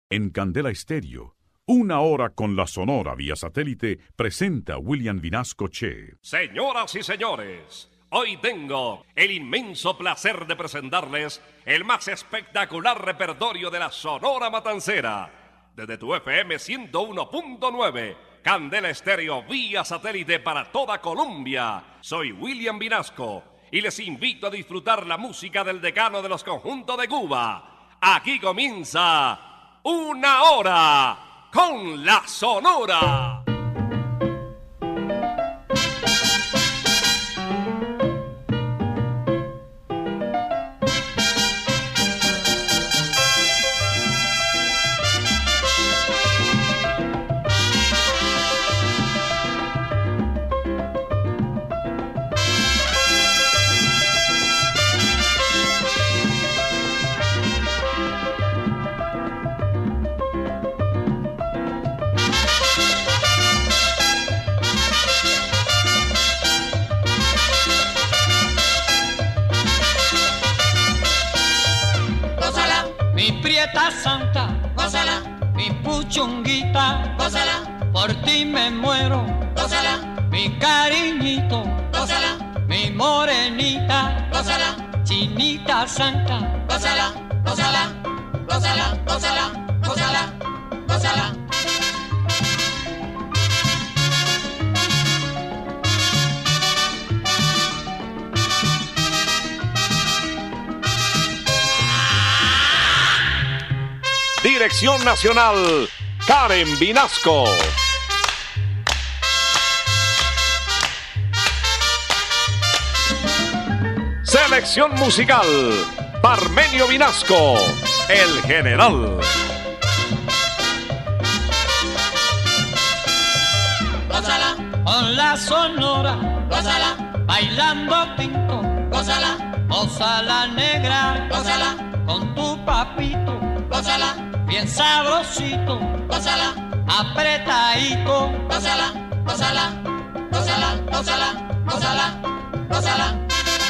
En Candela Estéreo, una hora con la Sonora vía satélite, presenta William Vinasco Che. Señoras y señores, hoy tengo el inmenso placer de presentarles el más espectacular repertorio de la Sonora Matancera. Desde tu FM 101.9, Candela Estéreo vía satélite para toda Colombia. Soy William Vinasco y les invito a disfrutar la música del decano de los conjuntos de Cuba. Aquí comienza Una Hora con la Sonora. Santa, gózala, mi puchunguita, gózala, por ti me muero, gózala, mi cariñito, gózala, mi morenita, gózala, chinita santa, gózala, gózala, gózala, gózala, gózala, gózala. Dirección Nacional, Karen Vinasco. Selección musical, Parmenio Vinasco, el general. Gózala, con la Sonora, gózala, bailando tinto, gózala, gózala negra, gózala, con tu papito, gózala, bien sabrosito, gózala, apretadito, gózala, gózala, gózala, gózala, gózala, gózala.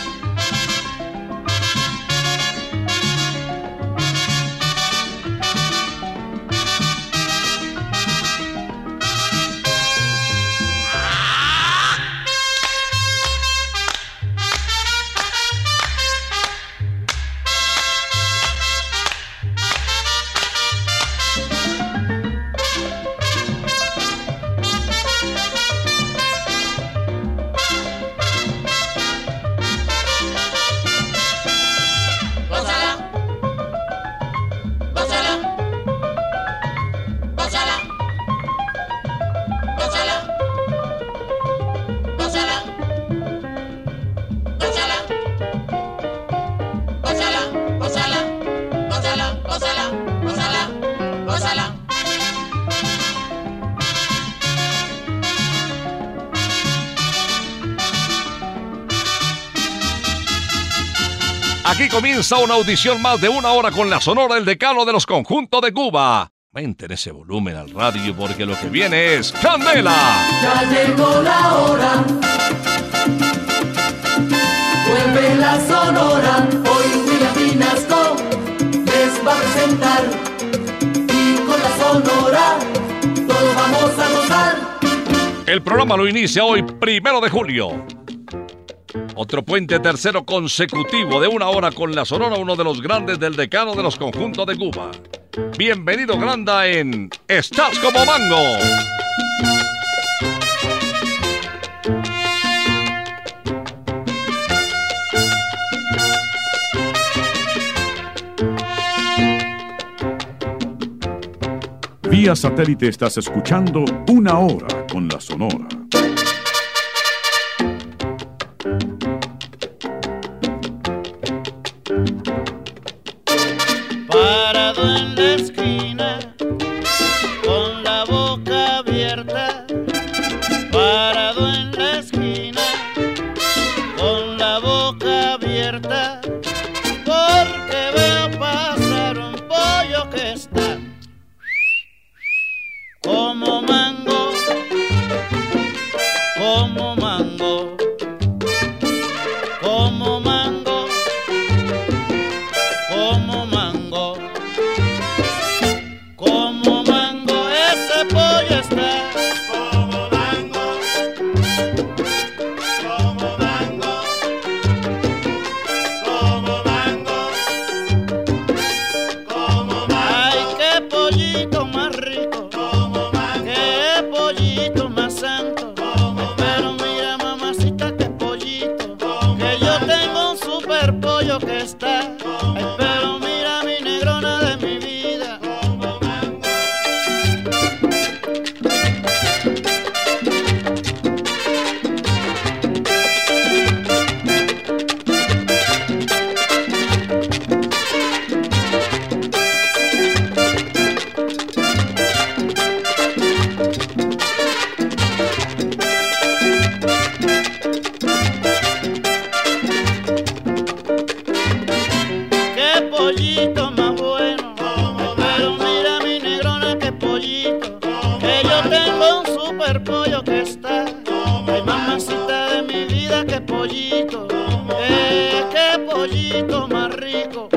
Aquí comienza una audición más de una hora con la Sonora, el decano de los conjuntos de Cuba. Aumenten ese volumen al radio porque lo que viene es Candela. Ya llegó la hora, vuelve la Sonora. Hoy William Vinasco les va a presentar y con la Sonora todos vamos a gozar. El programa lo inicia hoy, 1 de julio. Otro puente tercero consecutivo de una hora con la Sonora, uno de los grandes del decano de los conjuntos de Cuba. Bienvenido, Granda, en Estás como Mango. Vía satélite estás escuchando Una Hora con la Sonora. Parado en la esquina, con la boca abierta. Parado en la esquina, con la boca abierta. Porque veo pasar un pollo que está como mango, bello que está. Ay, mamacita de mi vida, qué pollito, qué pollito más rico.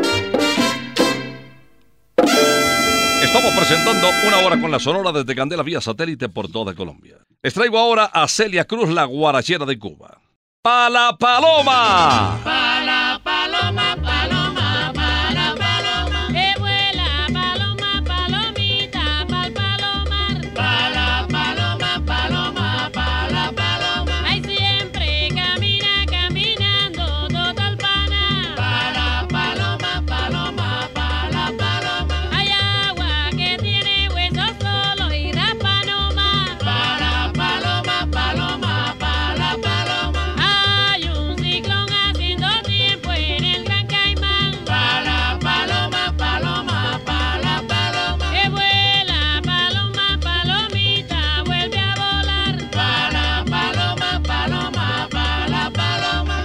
Estamos presentando Una Hora con la Sonora desde Candela vía satélite por toda Colombia. Les traigo ahora a Celia Cruz, la guarachera de Cuba. ¡Pa la paloma! Pa la paloma, paloma, pa la paloma. Que vuela paloma, palomita, pa'l palomar. Pa la paloma, paloma, pa la paloma. Ay, siempre camina, caminando total pana. Pa la paloma, paloma, pa la paloma. Hay agua que tiene huesos solo y raspa nomás. Pa la paloma, paloma, pa la paloma. Hay un ciclón haciendo tiempo en el Gran Caimán. Pa la paloma, paloma, pa la paloma. Que vuela paloma, palomita, vuelve a volar. Pa la paloma, paloma, pa la paloma.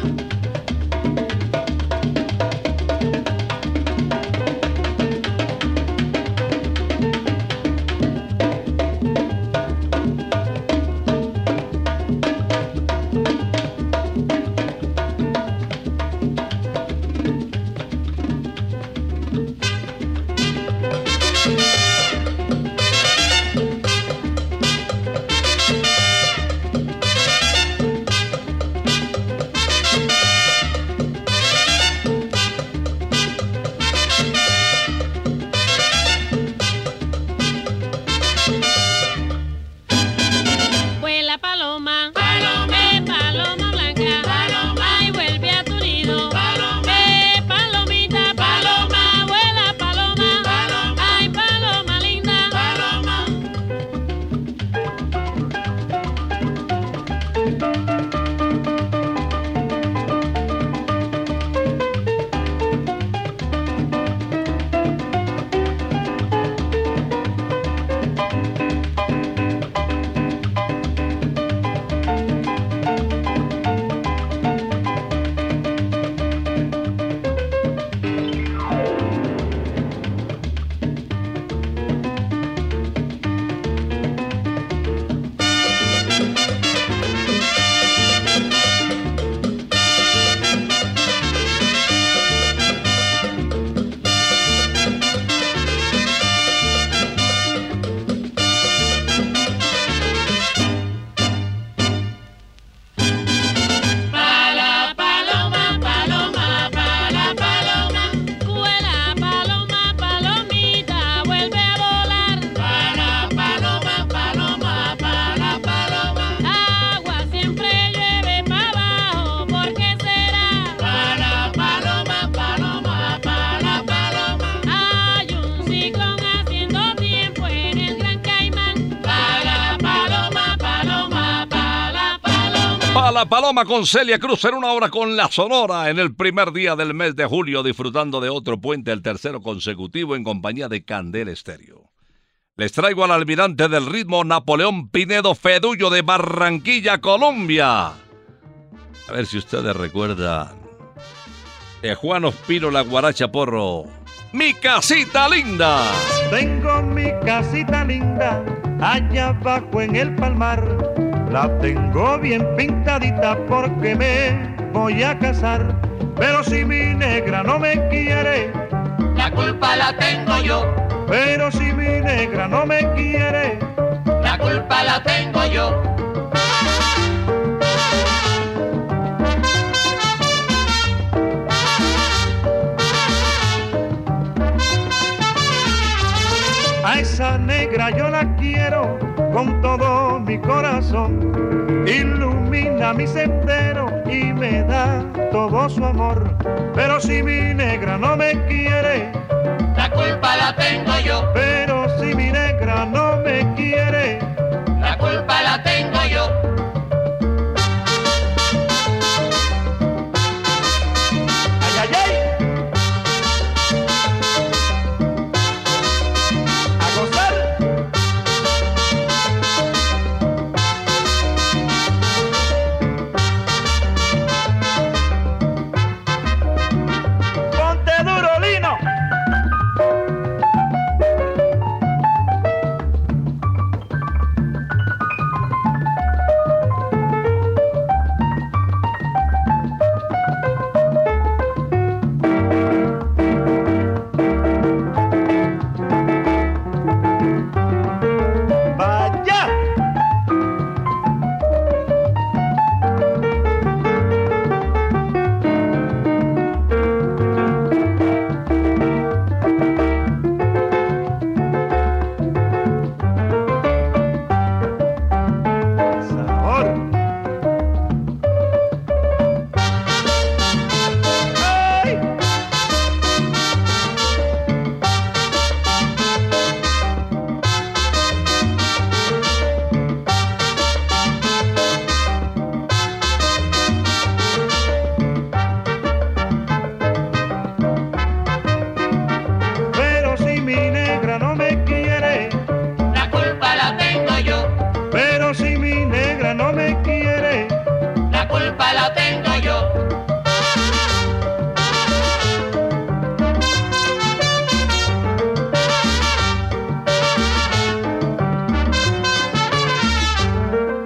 Vuela paloma, paloma, paloma blanca, paloma, y vuelve a tu nido, paloma, palomita, paloma, vuela paloma, paloma, ay paloma linda, paloma. Pa la paloma, paloma, pa la paloma. Vuela paloma, palomita, vuelve a volar. Pa la paloma, paloma, pa la paloma. Agua siempre llueve pa' abajo, ¿por qué será? Pa la paloma, paloma, pa la paloma. Hay un ciclón haciendo tiempo en el Gran Caimán. Pa la paloma, paloma, pa la paloma. Pa la paloma con Celia Cruz en Una Hora con la Sonora en el primer día del mes de julio, disfrutando de otro puente, el tercero consecutivo en compañía de Candela Estéreo. Les traigo al almirante del ritmo Napoleón Pinedo Fedullo de Barranquilla, Colombia. A ver si ustedes recuerdan de Juan Ospino, la guaracha porro. ¡Mi casita linda! Tengo mi casita linda allá abajo en el palmar. La tengo bien pintadita porque me voy a casar. Pero si mi negra no me quiere, La culpa la tengo yo, pero si mi negra no me quiere, la culpa la tengo yo. a esa negra yo la quiero con todo mi corazón. Ilumina mi sendero y me da todo su amor. Pero si mi negra no me quiere, La culpa la tengo yo, pero si mi negra no me quiere, la culpa la tengo yo. ¡ay, ay, ay! ¡A gozar! ¡Ponte duro, Lino!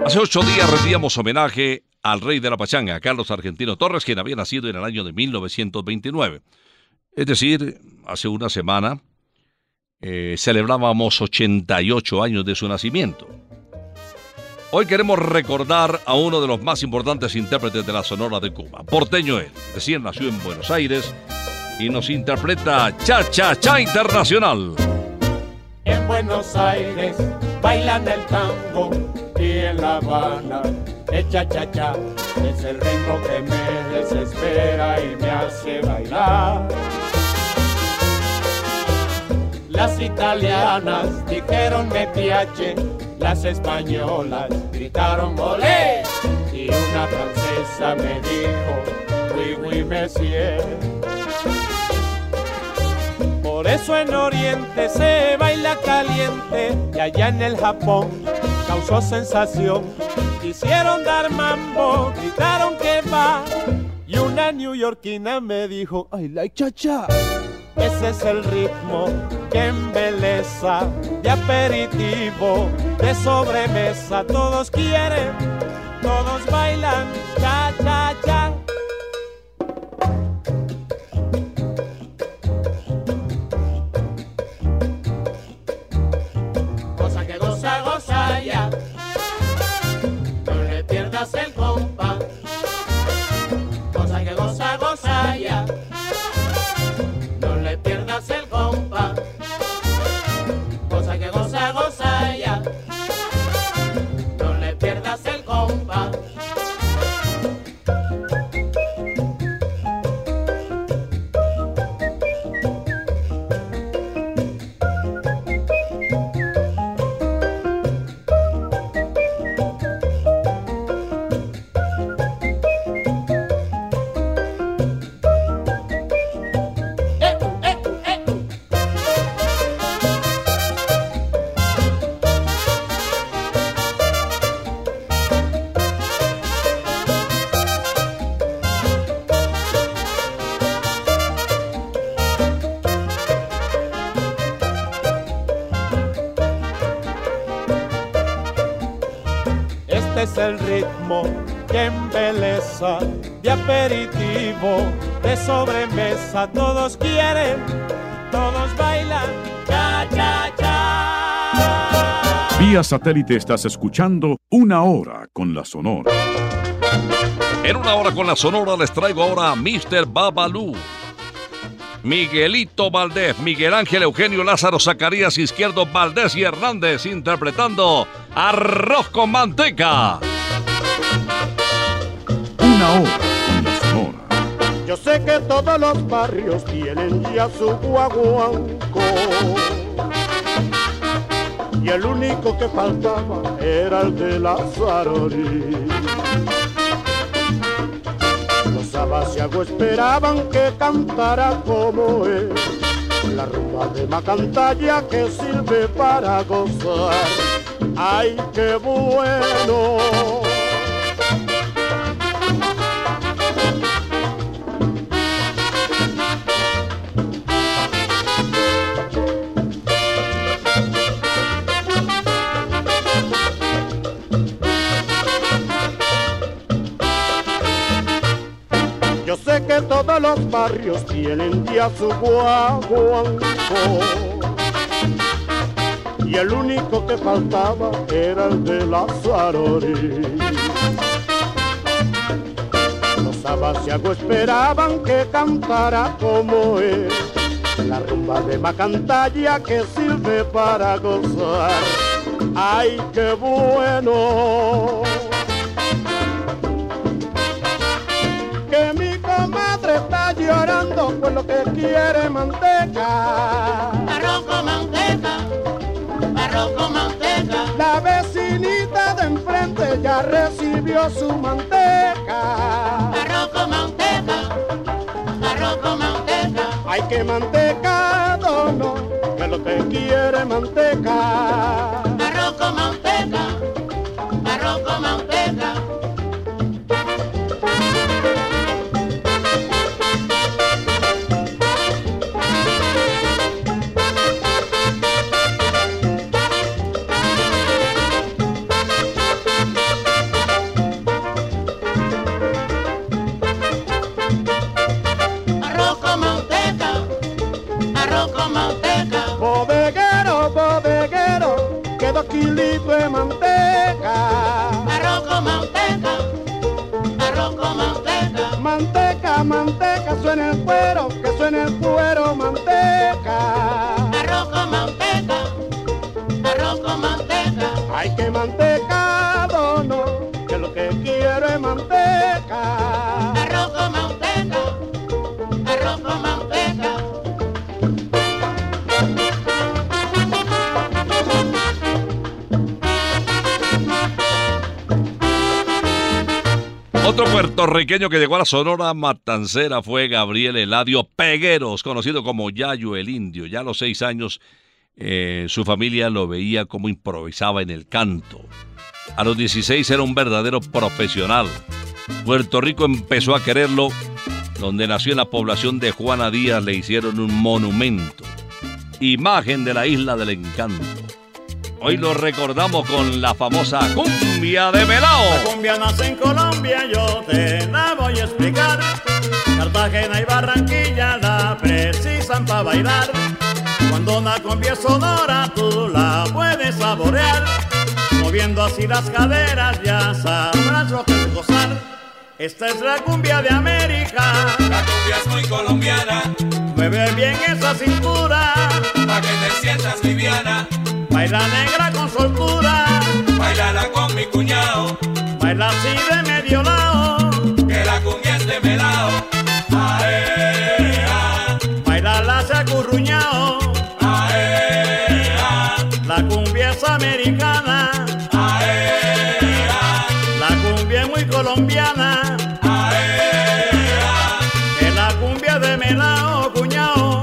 Hace 8 días rendíamos homenaje al rey de la pachanga, Carlos Argentino Torres, quien había nacido en el año de 1929. Es decir, hace una semana celebrábamos 88 años de su nacimiento. Hoy queremos recordar a uno de los más importantes intérpretes de la Sonora de Cuba. Porteño él, recién nació en Buenos Aires y nos interpreta Cha Cha Cha Internacional. En Buenos Aires bailan el tango y en La Habana el cha-cha-cha. Es el ritmo que me desespera y me hace bailar. Las italianas dijeron me piace, las españolas gritaron olé y una francesa me dijo oui, oui, monsieur. Por eso en Oriente se baila caliente y allá en el Japón causó sensación. Quisieron dar mambo, gritaron que va y una neoyorquina me dijo I like cha-cha. Ese es el ritmo que embeleza, de aperitivo, de sobremesa. Todos quieren, todos bailan cha-cha-cha. Cosa que goza, goza ya. No le pierdas el compás. Cosa que goza, goza ya. No le pierdas el compás. Cosa que goza, goza ya. No le pierdas el compás. Es el ritmo que embeleza, de aperitivo, de sobremesa. Todos quieren, todos bailan, cha, cha, cha. Vía satélite estás escuchando Una Hora con la Sonora. En Una Hora con la Sonora les traigo ahora a Mr. Babalú, Miguelito Valdés, Miguel Ángel Eugenio Lázaro Zacarías Izquierdo Valdés y Hernández interpretando Arroz con Manteca. Una Hora con la Sonora. Yo sé que todos los barrios tienen ya su guaguanco y el único que faltaba era el de Lazarorí. Los abasiagos esperaban que cantara como él, la rumba de Macantalla que sirve para gozar. ¡Ay, qué bueno! Yo sé que todos los barrios tienen ya su guaguanco y el único que faltaba era el de Lazarorí. Los abasiagos esperaban que cantara como él, la rumba de Macantalla que sirve para gozar. ¡Ay, qué bueno! Que mi comadre está llorando por lo que quiere manteca. Arroz con manteca, arroz con manteca. La vecinita de enfrente ya recibió su manteca. Arroz con manteca, arroz con manteca. Ay, que manteca, no, que lo que quiere manteca. Arroz con manteca, arroz con manteca. 2 kilitos de manteca. Arroz con manteca, arroz con manteca. Manteca, manteca, suena el cuero, que suena el cuero, manteca. Arroz con manteca, arroz con manteca. Ay, que manteca, dono, que lo que quiero es manteca. Arroz con manteca, arroz con manteca. Otro puertorriqueño que llegó a la Sonora Matancera fue Gabriel Eladio Pegueros, conocido como Yayo el Indio. Ya a los 6 años su familia lo veía como improvisaba en el canto. A los 16 era un verdadero profesional. Puerto Rico empezó a quererlo. Donde nació en la población de Juana Díaz le hicieron un monumento. Imagen de la Isla del Encanto. Hoy lo recordamos con la famosa cumbia de Melao. La cumbia nace en Colombia, yo te la voy a explicar. Cartagena y Barranquilla la precisan para bailar. Cuando una cumbia es sonora, tú la puedes saborear. Moviendo así las caderas, ya sabrás lo que es gozar. Esta es la cumbia de América. La cumbia es muy colombiana. Mueve bien esa cintura, Pa' que te sientas liviana. baila negra con soltura. Bailala con mi cuñado. Baila así de medio lado, Que la cumbia es de Melao. Ae, ah, bailala se acurruñao. ae, ah, La cumbia es americana, ae, ah, la cumbia es muy colombiana. ae, ah. Que la cumbia de Melao, cuñao.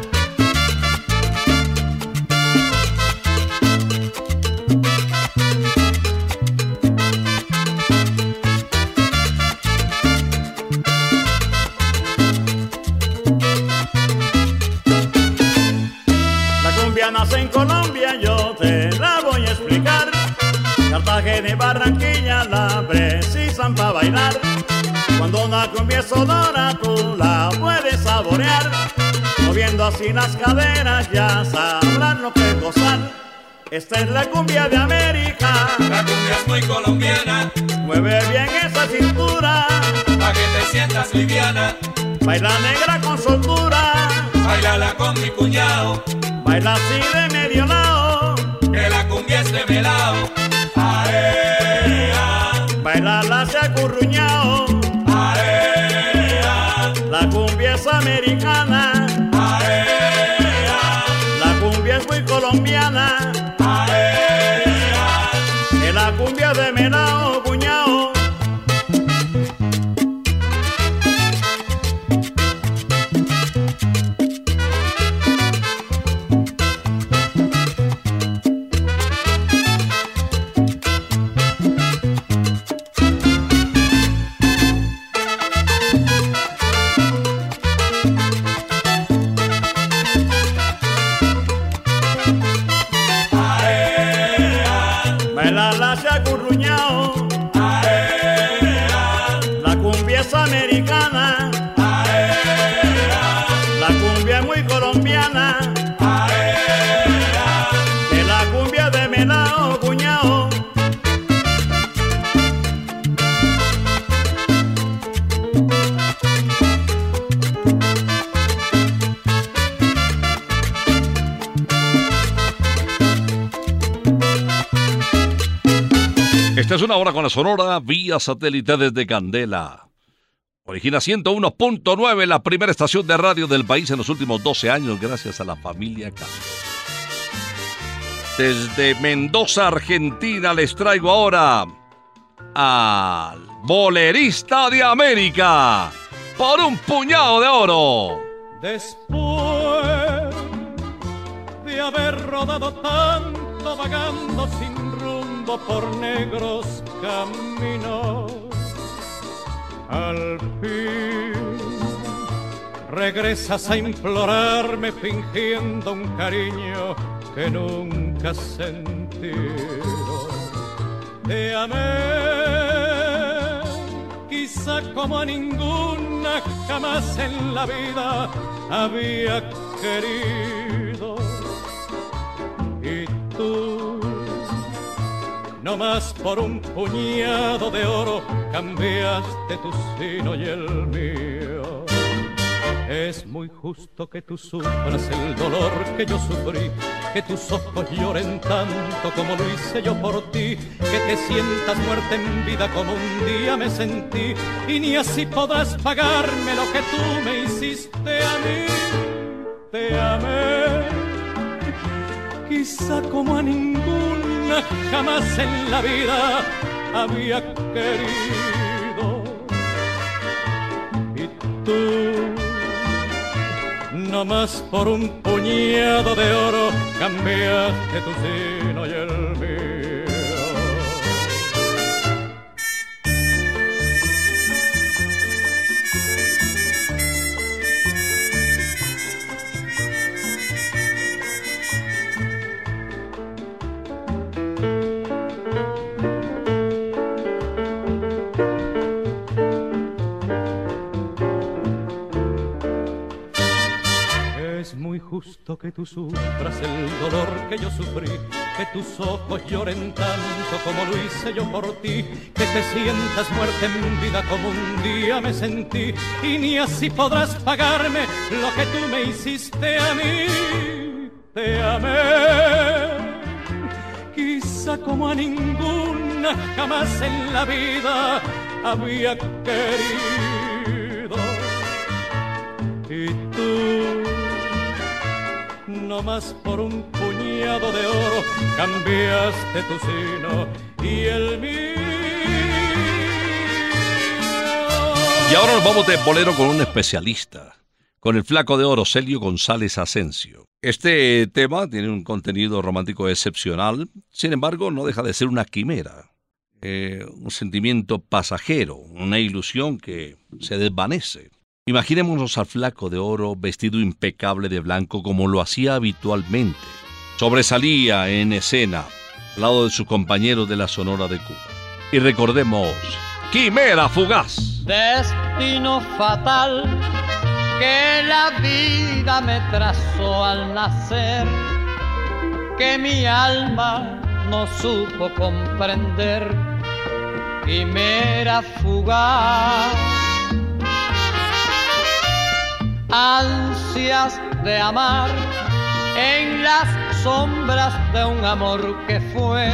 La cumbia nace en Colombia, yo te la voy a explicar. Cartagena y Barranquilla la precisan para bailar. Cuando una cumbia es sonora, tú la puedes saborear. Moviendo así las caderas, ya sabrás lo que es gozar. Esta es la cumbia de América. La cumbia es muy colombiana. Mueve bien esa cintura, Pa' que te sientas liviana. baila negra con soltura. Bailala con mi cuñado. Baila así de medio lado, Que la cumbia es de Melao. Ae, ah, baila la se acurruñao. ae, ah, La cumbia es americana, ae, ah, la cumbia es muy colombiana. ae, ah. Es la cumbia de Melao, cuñao. Baila la se acurruñao. La cumbia es americana, la cumbia es muy colombiana. Es la cumbia de Melao, cuñao. Esta es una hora con la Sonora vía satélite desde Candela. Origina 101.9, la primera estación de radio del país en los últimos 12 años, gracias a la familia Candela. Desde Mendoza, Argentina, les traigo ahora al bolerista de América por un puñado de oro. Después de haber rodado tanto vagando sin rumbo por negros caminos, al fin regresas a implorarme fingiendo un cariño que nunca has sentido. Te amé, quizá como a ninguna jamás en la vida había querido. Y tú no más por un puñado de oro cambiaste tu sino y el mío. Es muy justo que tú sufras el dolor que yo sufrí, que tus ojos lloren tanto como lo hice yo por ti, que te sientas muerta en vida como un día me sentí, y ni así podrás pagarme lo que tú me hiciste a mí. Te amé, quizá como a ninguna jamás en la vida había querido. Y tú, no más por un puñado de oro cambiaste tu sino y el mío. Justo que tú sufras el dolor que yo sufrí, que tus ojos lloren tanto como lo hice yo por ti, que te sientas muerta en vida como un día me sentí, y ni así podrás pagarme lo que tú me hiciste a mí. Te amé, quizá como a ninguna jamás en la vida había querido. Y tú, no más por un puñado de oro cambiaste tu sino y el mío. Y ahora nos vamos de bolero con un especialista, con el flaco de oro Celio González Asensio. Este tema tiene un contenido romántico excepcional, sin embargo no deja de ser una quimera, un sentimiento pasajero, una ilusión que se desvanece. Imaginémonos al flaco de oro vestido impecable de blanco como lo hacía habitualmente. Sobresalía en escena al lado de sus compañeros de la Sonora de Cuba. Y recordemos, Quimera Fugaz. Destino fatal que la vida me trazó al nacer, que mi alma no supo comprender. Quimera fugaz, ansias de amar en las sombras de un amor que fue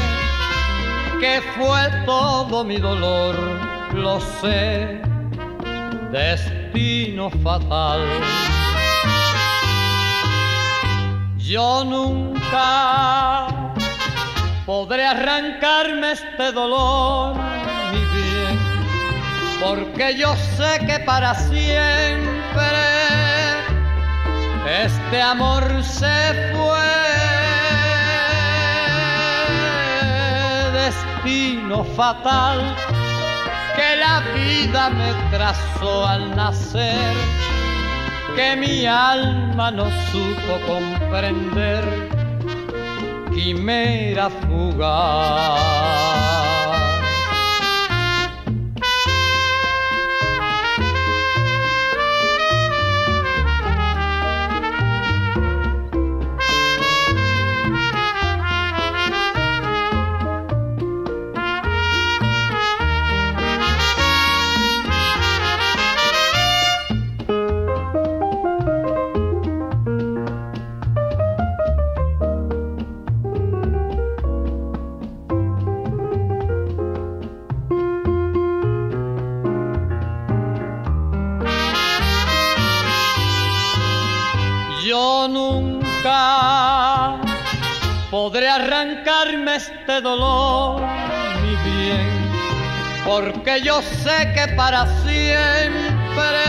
todo mi dolor, lo sé, destino fatal. Yo nunca podré arrancarme este dolor, mi bien, porque yo sé que para siempre este amor se fue. Destino fatal que la vida me trazó al nacer, que mi alma no supo comprender. Quimera fugaz. Podré arrancarme este dolor, mi bien, porque yo sé que para siempre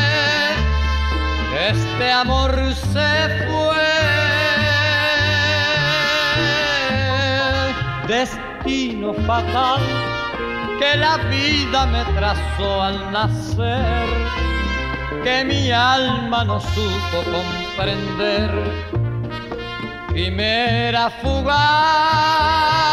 este amor se fue. Destino fatal que la vida me trazó al nacer, que mi alma no supo comprender. Quimera fugaz.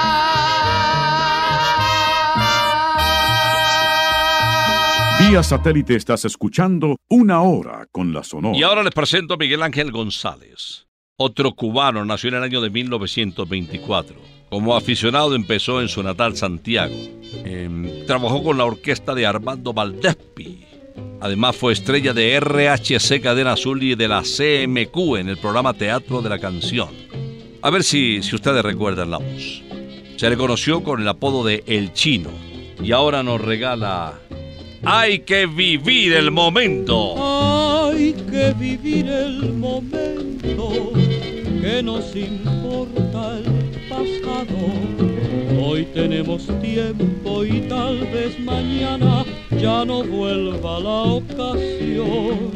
Vía satélite estás escuchando Una Hora con la Sonora. Y ahora les presento a Miguel Ángel González. Otro cubano, nació en el año de 1924. Como aficionado empezó en su natal Santiago. Trabajó con la orquesta de Armando Valdespi. Además fue estrella de RHC Cadena Azul y de la CMQ en el programa Teatro de la Canción. A ver si ustedes recuerdan la voz. Se le conoció con el apodo de El Chino y ahora nos regala Hay que vivir el momento. Hay que vivir el momento, que nos importa el pasado. Hoy tenemos tiempo y tal vez mañana ya no vuelva la ocasión.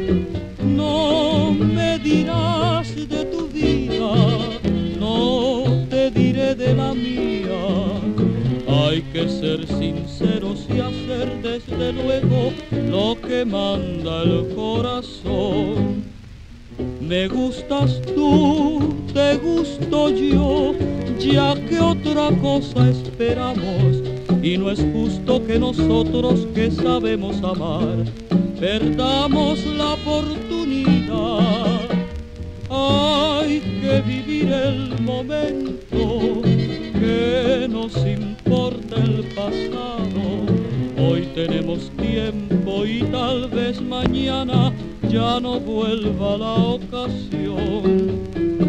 No me dirás de tu vida, no te diré de la mía. Hay que ser sinceros y hacer desde luego lo que manda el corazón. Me gustas tú, te gusto yo, ya que otra cosa esperamos. Y no es justo que nosotros que sabemos amar perdamos la oportunidad. Hay que vivir el momento, que nos importa el pasado. Hoy tenemos tiempo y tal vez mañana ya no vuelva la ocasión.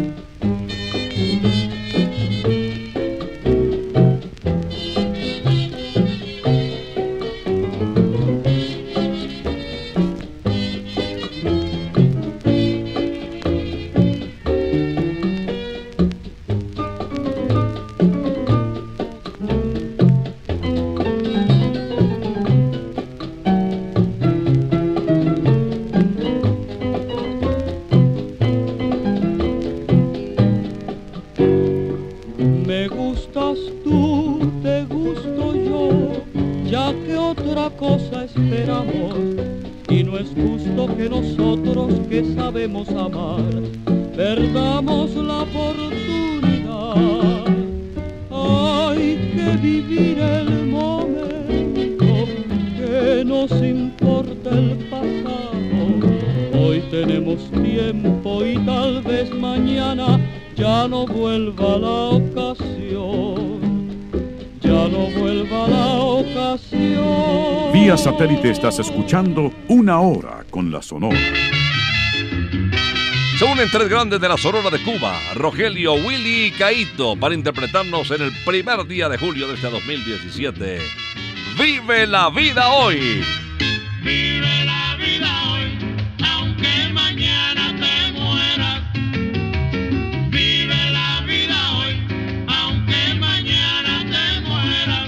Sabemos amar, perdamos la oportunidad. Hay que vivir el momento, que nos importa el pasado. Hoy tenemos tiempo y tal vez mañana ya no vuelva la ocasión. Ya no vuelva la ocasión. Vía satélite estás escuchando Una Hora con la Sonora. Se unen tres grandes de la Sonora de Cuba, Rogelio, Willy y Caíto, para interpretarnos en el primer día de julio de este 2017. ¡Vive la vida hoy! Vive la vida hoy, aunque mañana te mueras. Vive la vida hoy, aunque mañana te mueras.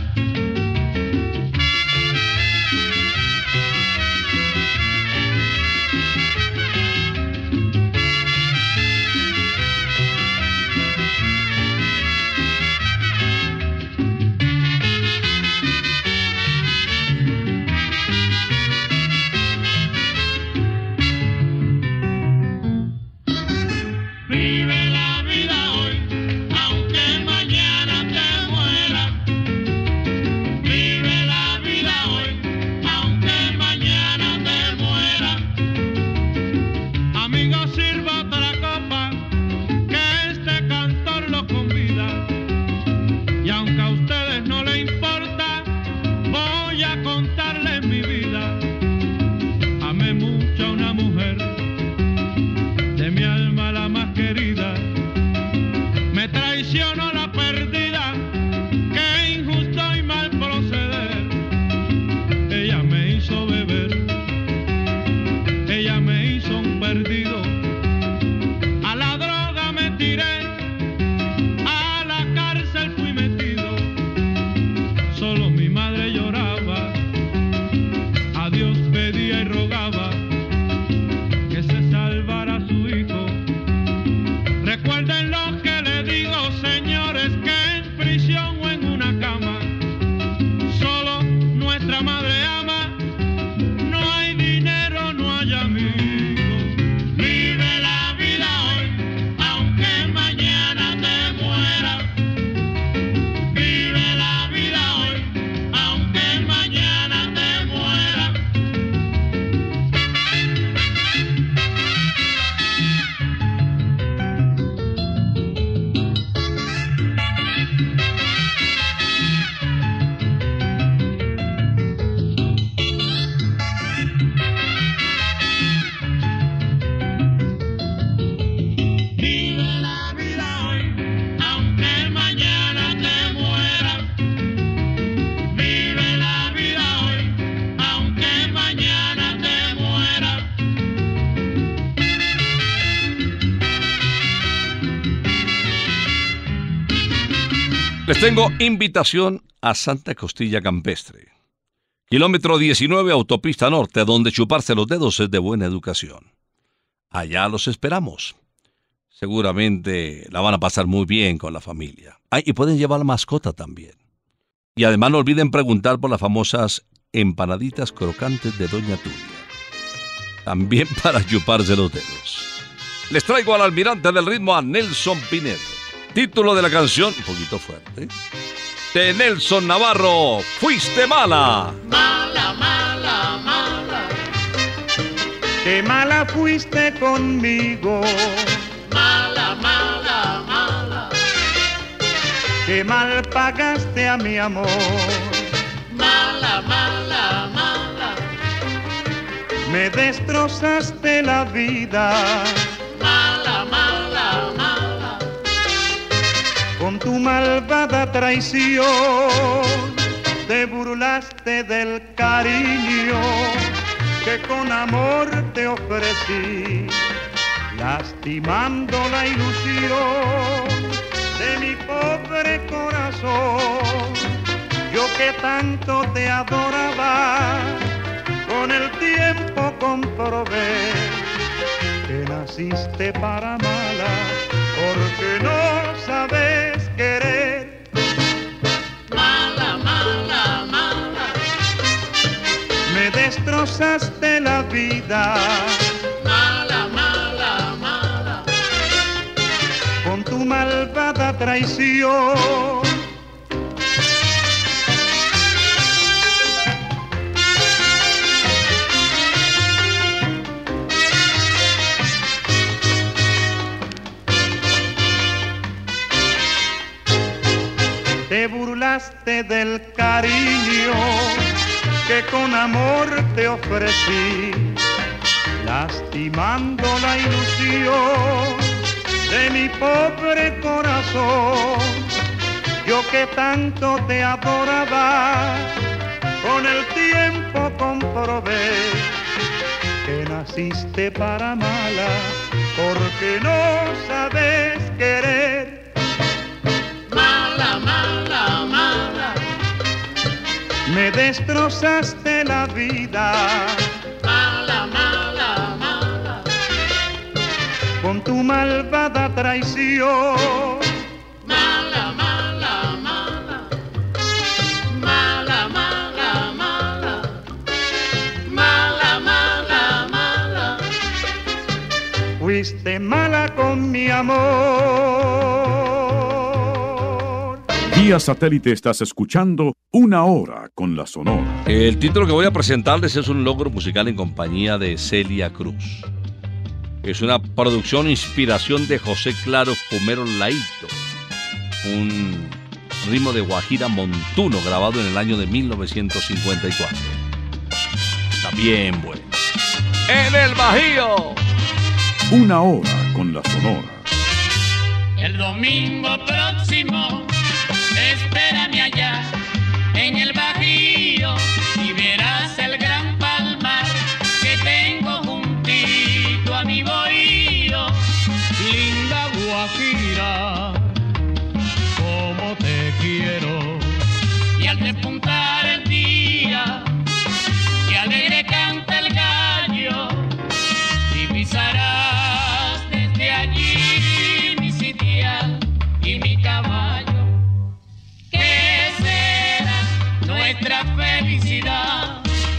Les tengo invitación a Santa Costilla Campestre. Kilómetro 19, autopista norte, donde chuparse los dedos es de buena educación. Allá los esperamos. Seguramente la van a pasar muy bien con la familia. Y pueden llevar la mascota también. Y además no olviden preguntar por las famosas empanaditas crocantes de Doña Tulia. También para chuparse los dedos. Les traigo al almirante del ritmo, a Nelson Pinedo. Título de la canción, un poquito fuerte, de Nelson Navarro, Fuiste mala. Mala, mala, mala. Qué mala fuiste conmigo. Mala, mala, mala. Qué mal pagaste a mi amor. Mala, mala, mala. Me destrozaste la vida. Mala, mala, mala. Con tu malvada traición te burlaste del cariño que con amor te ofrecí, lastimando la ilusión de mi pobre corazón. Yo que tanto te adoraba, con el tiempo comprobé que naciste para mala, porque no sabes querer. Mala, mala, mala. Me destrozaste la vida. Mala, mala, mala. Con tu malvada traición. Te burlaste del cariño que con amor te ofrecí, lastimando la ilusión de mi pobre corazón. Yo que tanto te adoraba, con el tiempo comprobé que naciste para mala, porque no sabes querer. Mala, mala, mala. Me destrozaste la vida. Mala, mala, mala. Con tu malvada traición. Mala, mala, mala. Mala, mala, mala. Mala, mala, mala. Fuiste mala con mi amor. Vía satélite estás escuchando Una Hora con la Sonora. El título que voy a presentarles es un logro musical en compañía de Celia Cruz. Es una producción inspiración de José Claro Pomero Laito, un ritmo de guajira montuno grabado en el año de 1954. Está bien bueno. En el Bajío. Una Hora con la Sonora. El domingo próximo, espérame allá en el Bajío y verás el gran palmar que tengo juntito a mi bohío. Linda guajira, como te quiero. Y al despuntar el día, que alegre canta el gallo, divisarás desde allí mi sitial y mi caballo. ¿Qué será nuestra felicidad?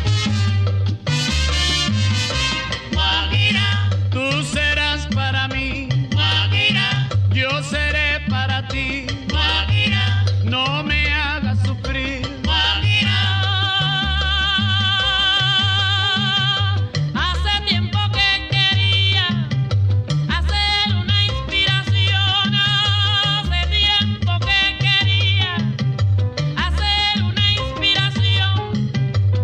Guajira, Tú serás para mí, Guajira, yo seré para ti. Guajira, No me hagas sufrir. Guajira. Hace tiempo que quería hacer una inspiración. Hace tiempo que quería hacer una inspiración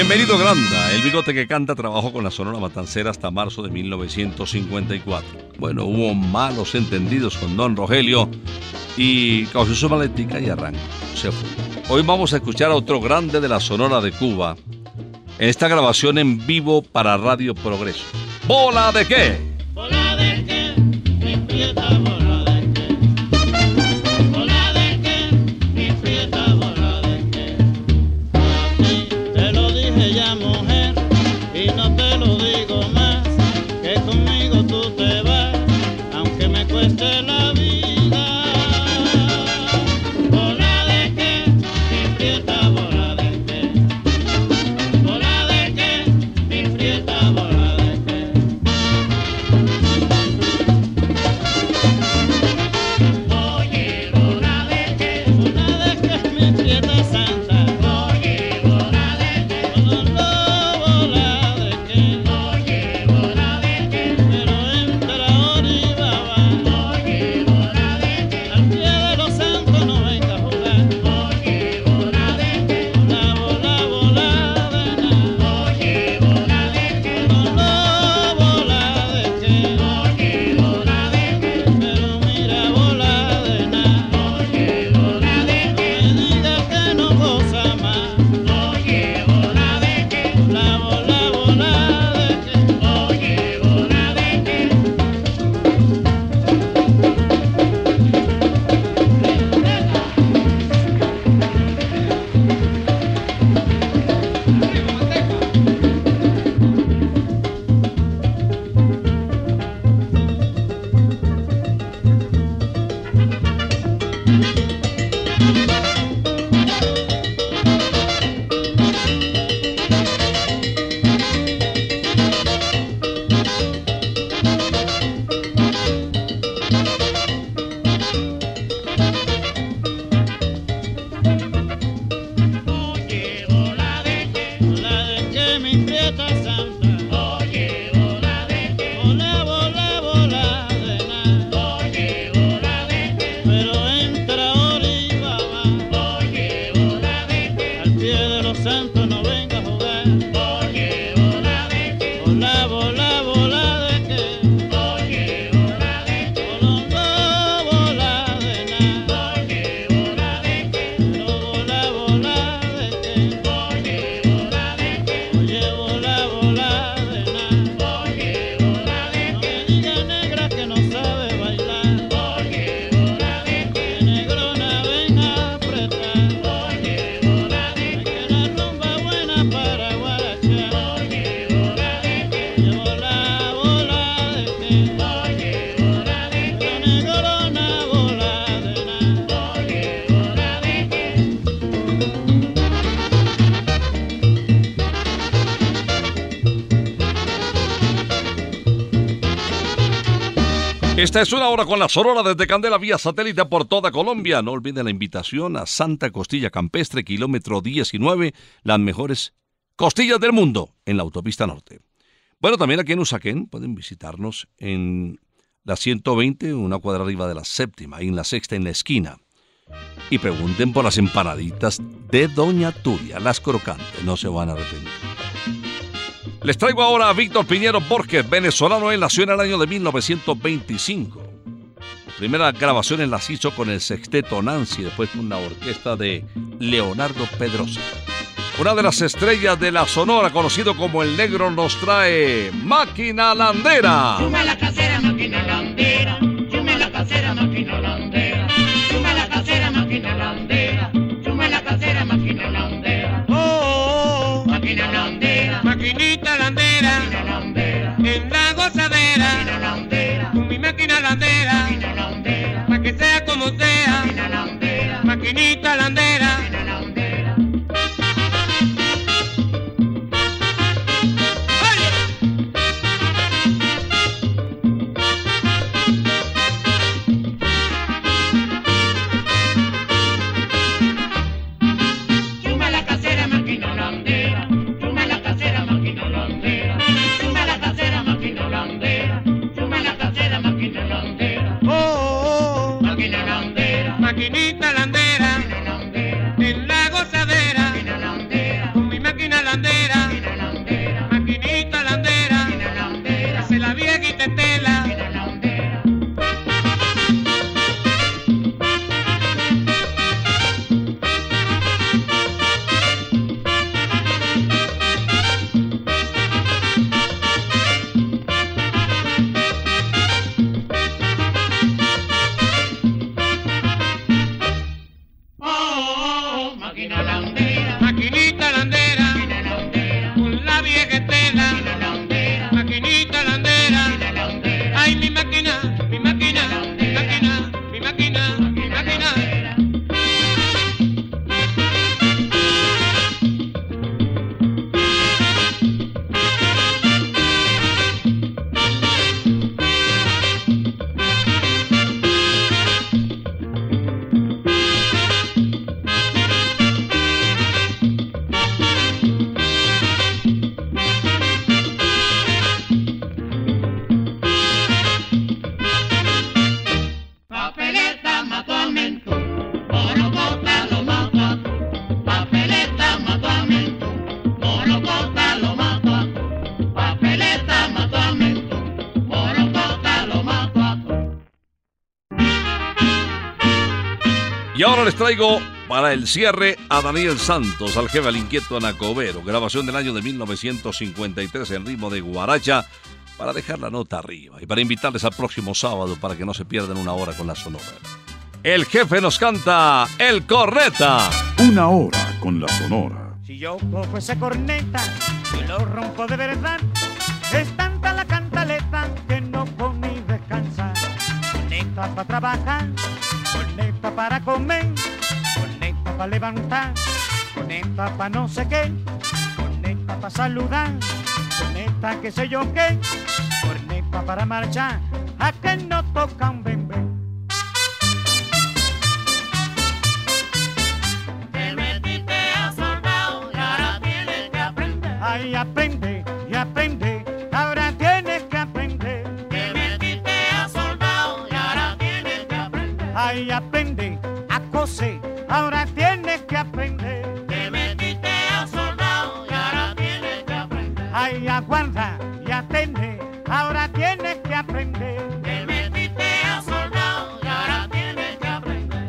Bienvenido Granda, el bigote que canta, trabajó con la Sonora Matancera hasta marzo de 1954. Bueno, hubo malos entendidos con Don Rogelio y causó su maletica y arrancó. Se fue. Hoy vamos a escuchar a otro grande de la Sonora de Cuba en esta grabación en vivo para Radio Progreso. ¿Bola de qué? Bola de qué, mi prieta, bola de qué. Bola de qué, mi prieta, bola de qué. Así te lo dije ya, mujer, y no te lo digo más, que conmigo tú te vas, aunque me cueste la vida. Bola de qué, mi prieta, bola de qué. Bola de qué, mi prieta, bola de qué. Esta es Una Hora con la Sonora desde Candela vía satélite por toda Colombia. No olviden la invitación a Santa Costilla Campestre, kilómetro 19, las mejores costillas del mundo en la autopista norte. Bueno, también aquí en Usaquén pueden visitarnos en la 120, una cuadra arriba de la séptima, ahí en la sexta, en la esquina. Y pregunten por las empanaditas de Doña Turia, las crocantes, no se van a arrepentir. Les traigo ahora a Víctor Piñero Borges, venezolano. Él nació en el año de 1925. Las primeras grabaciones las hizo con el sexteto Nancy, después con la orquesta de Leonardo Pedrosa. Una de las estrellas de la Sonora, conocido como El Negro, nos trae Máquina Landera. Suma la casera, máquina landera. Suma la casera, máquina landera. Suma la casera, máquina landera. Suma la casera, máquina landera. Oh, máquina landera. Maquinita landera. Máquina landera. En la gozadera. Máquina landera. Con mi máquina landera. Máquina landera. Pa' que sea como sea. Máquina landera. Maquinita landera. Máquina landera. Suma la casera, máquina landera. Suma la casera, máquina landera. Suma la casera, máquina landera. Suma la casera, máquina landera. Oh, Máquina landera. maquinita landera. Máquina landera. Y ahora les traigo para el cierre a Daniel Santos, al jefe al inquieto Anacobero, grabación del año de 1953 en ritmo de guaracha, para dejar la nota arriba y para invitarles al próximo sábado para que no se pierdan una hora con la Sonora. El jefe nos canta El Corneta. Una hora con la Sonora. Si yo cojo ese corneta y lo rompo de verdad, es tanta la cantaleta que no puedo ni descansar. Corneta para trabajar, corneta para comer, corneta para levantar, corneta para no sé qué, corneta para saludar, corneta que sé yo qué, corneta para marchar, a que no toca un bembé. Te metiste a soldado y ahora tienes que aprender. Ay, aprende y aprende, ahora tienes que aprender. Te metiste a soldado y ahora tienes que aprender. Ay, aprende a coser, ahora tienes que aprender. Te metiste a soldado y ahora tienes que aprender. Ay, aguarda y atende, ahora tienes que aprender. Te metiste a soldado y ahora tienes que aprender.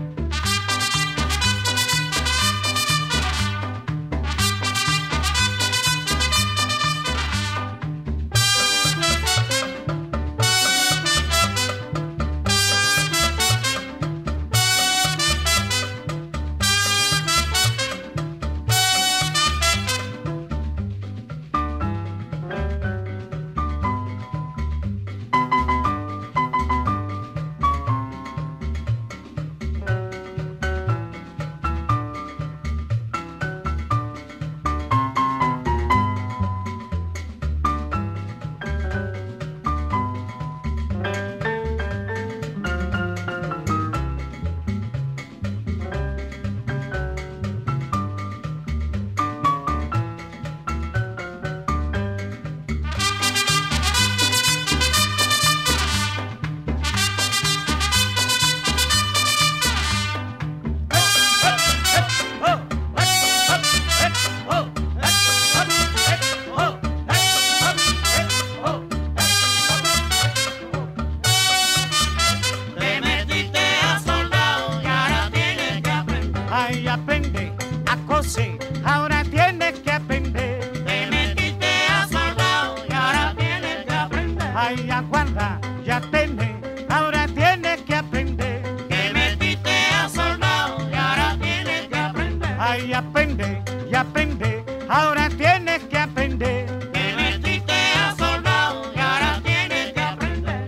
Ay, aprende a coser, ahora tienes que aprender. Te metiste a soldado y ahora tienes que aprender. Ay, aguarda y atende, ahora tienes que aprender. Te metiste a soldado y ahora tienes que aprender. Ay, aprende y aprende, ahora tienes que aprender. Te metiste a soldado y ahora tienes que aprender.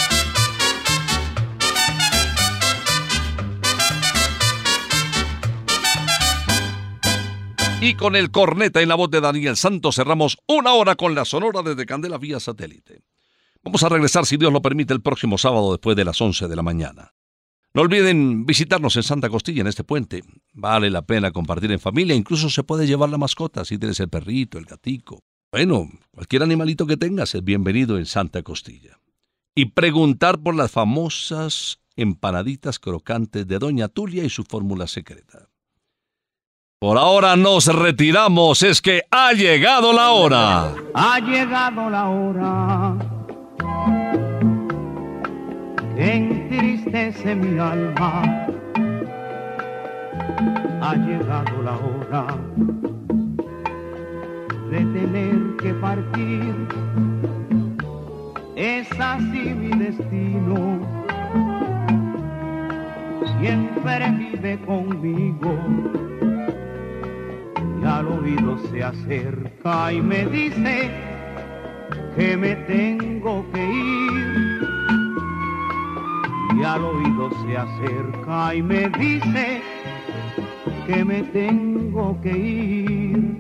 Y con el corneta en la voz de Daniel Santos cerramos una hora con la Sonora desde Candela vía satélite. Vamos a regresar, si Dios lo permite, el próximo sábado después de las 11 de la mañana. No olviden visitarnos en Santa Costilla, en este puente. Vale la pena compartir en familia, incluso se puede llevar la mascota, si tienes el perrito, el gatico. Bueno, cualquier animalito que tengas es bienvenido en Santa Costilla. Y preguntar por las famosas empanaditas crocantes de Doña Tulia y su fórmula secreta. Por ahora nos retiramos, es que ha llegado la hora. Ha llegado la hora que entristece mi alma. Ha llegado la hora de tener que partir. Es así mi destino. Siempre vive conmigo. Y al oído se acerca y me dice que me tengo que ir. Y al oído se acerca y me dice que me tengo que ir.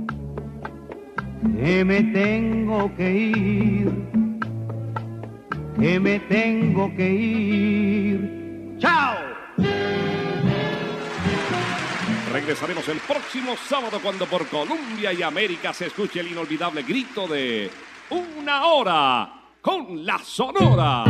Que me tengo que ir. Que me tengo que ir. ¡Chao! Regresaremos el próximo sábado cuando por Colombia y América se escuche el inolvidable grito de Una Hora con la Sonora.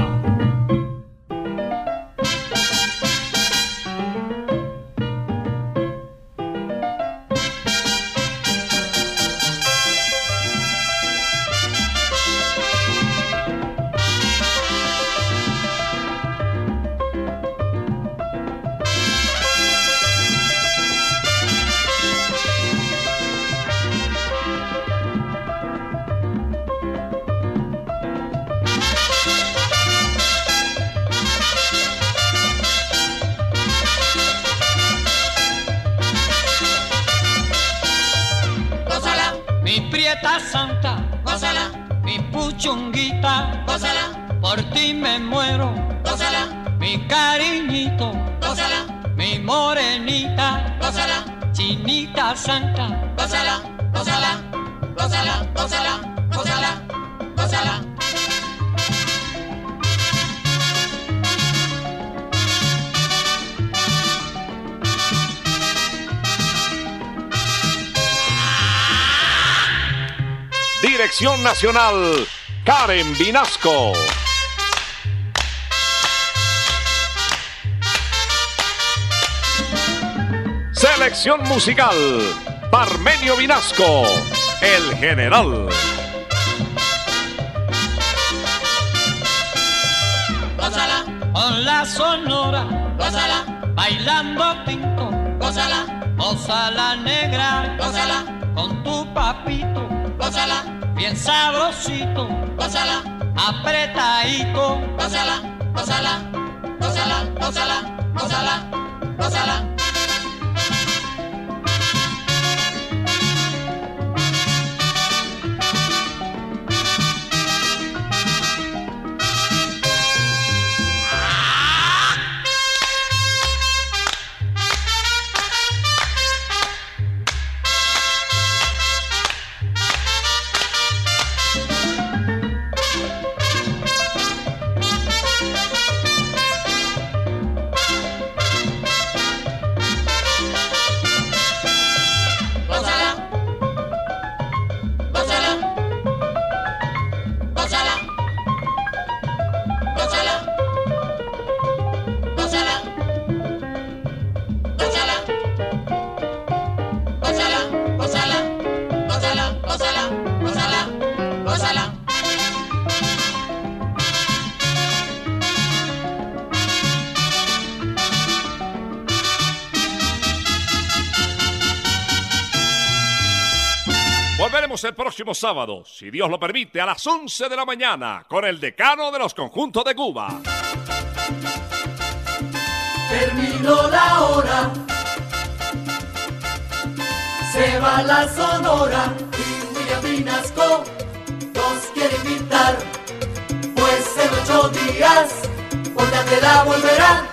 mi puchunguita, gózala, por ti me muero, gózala, mi cariñito, gózala, mi morenita, gózala, chinita santa, gózala, gózala, gózala, gózala, gózala, gózala. Dirección Nacional, Karen Vinasco. Selección musical, Parmenio Vinasco, el general. Gózala, con la sonora, gózala, bailando tinto, gózala, gózala negra, gózala, con tu papito, gózala, bien sabrosito, gózala, apretadito, gózala, gózala, gózala, gózala, gózala, gózala. Volveremos el próximo sábado, si Dios lo permite, a las 11 de la mañana, con el decano de los conjuntos de Cuba. Terminó la hora, se va la Sonora y William Vinasco nos quiere invitar, pues en 8 días, Portatela volverá.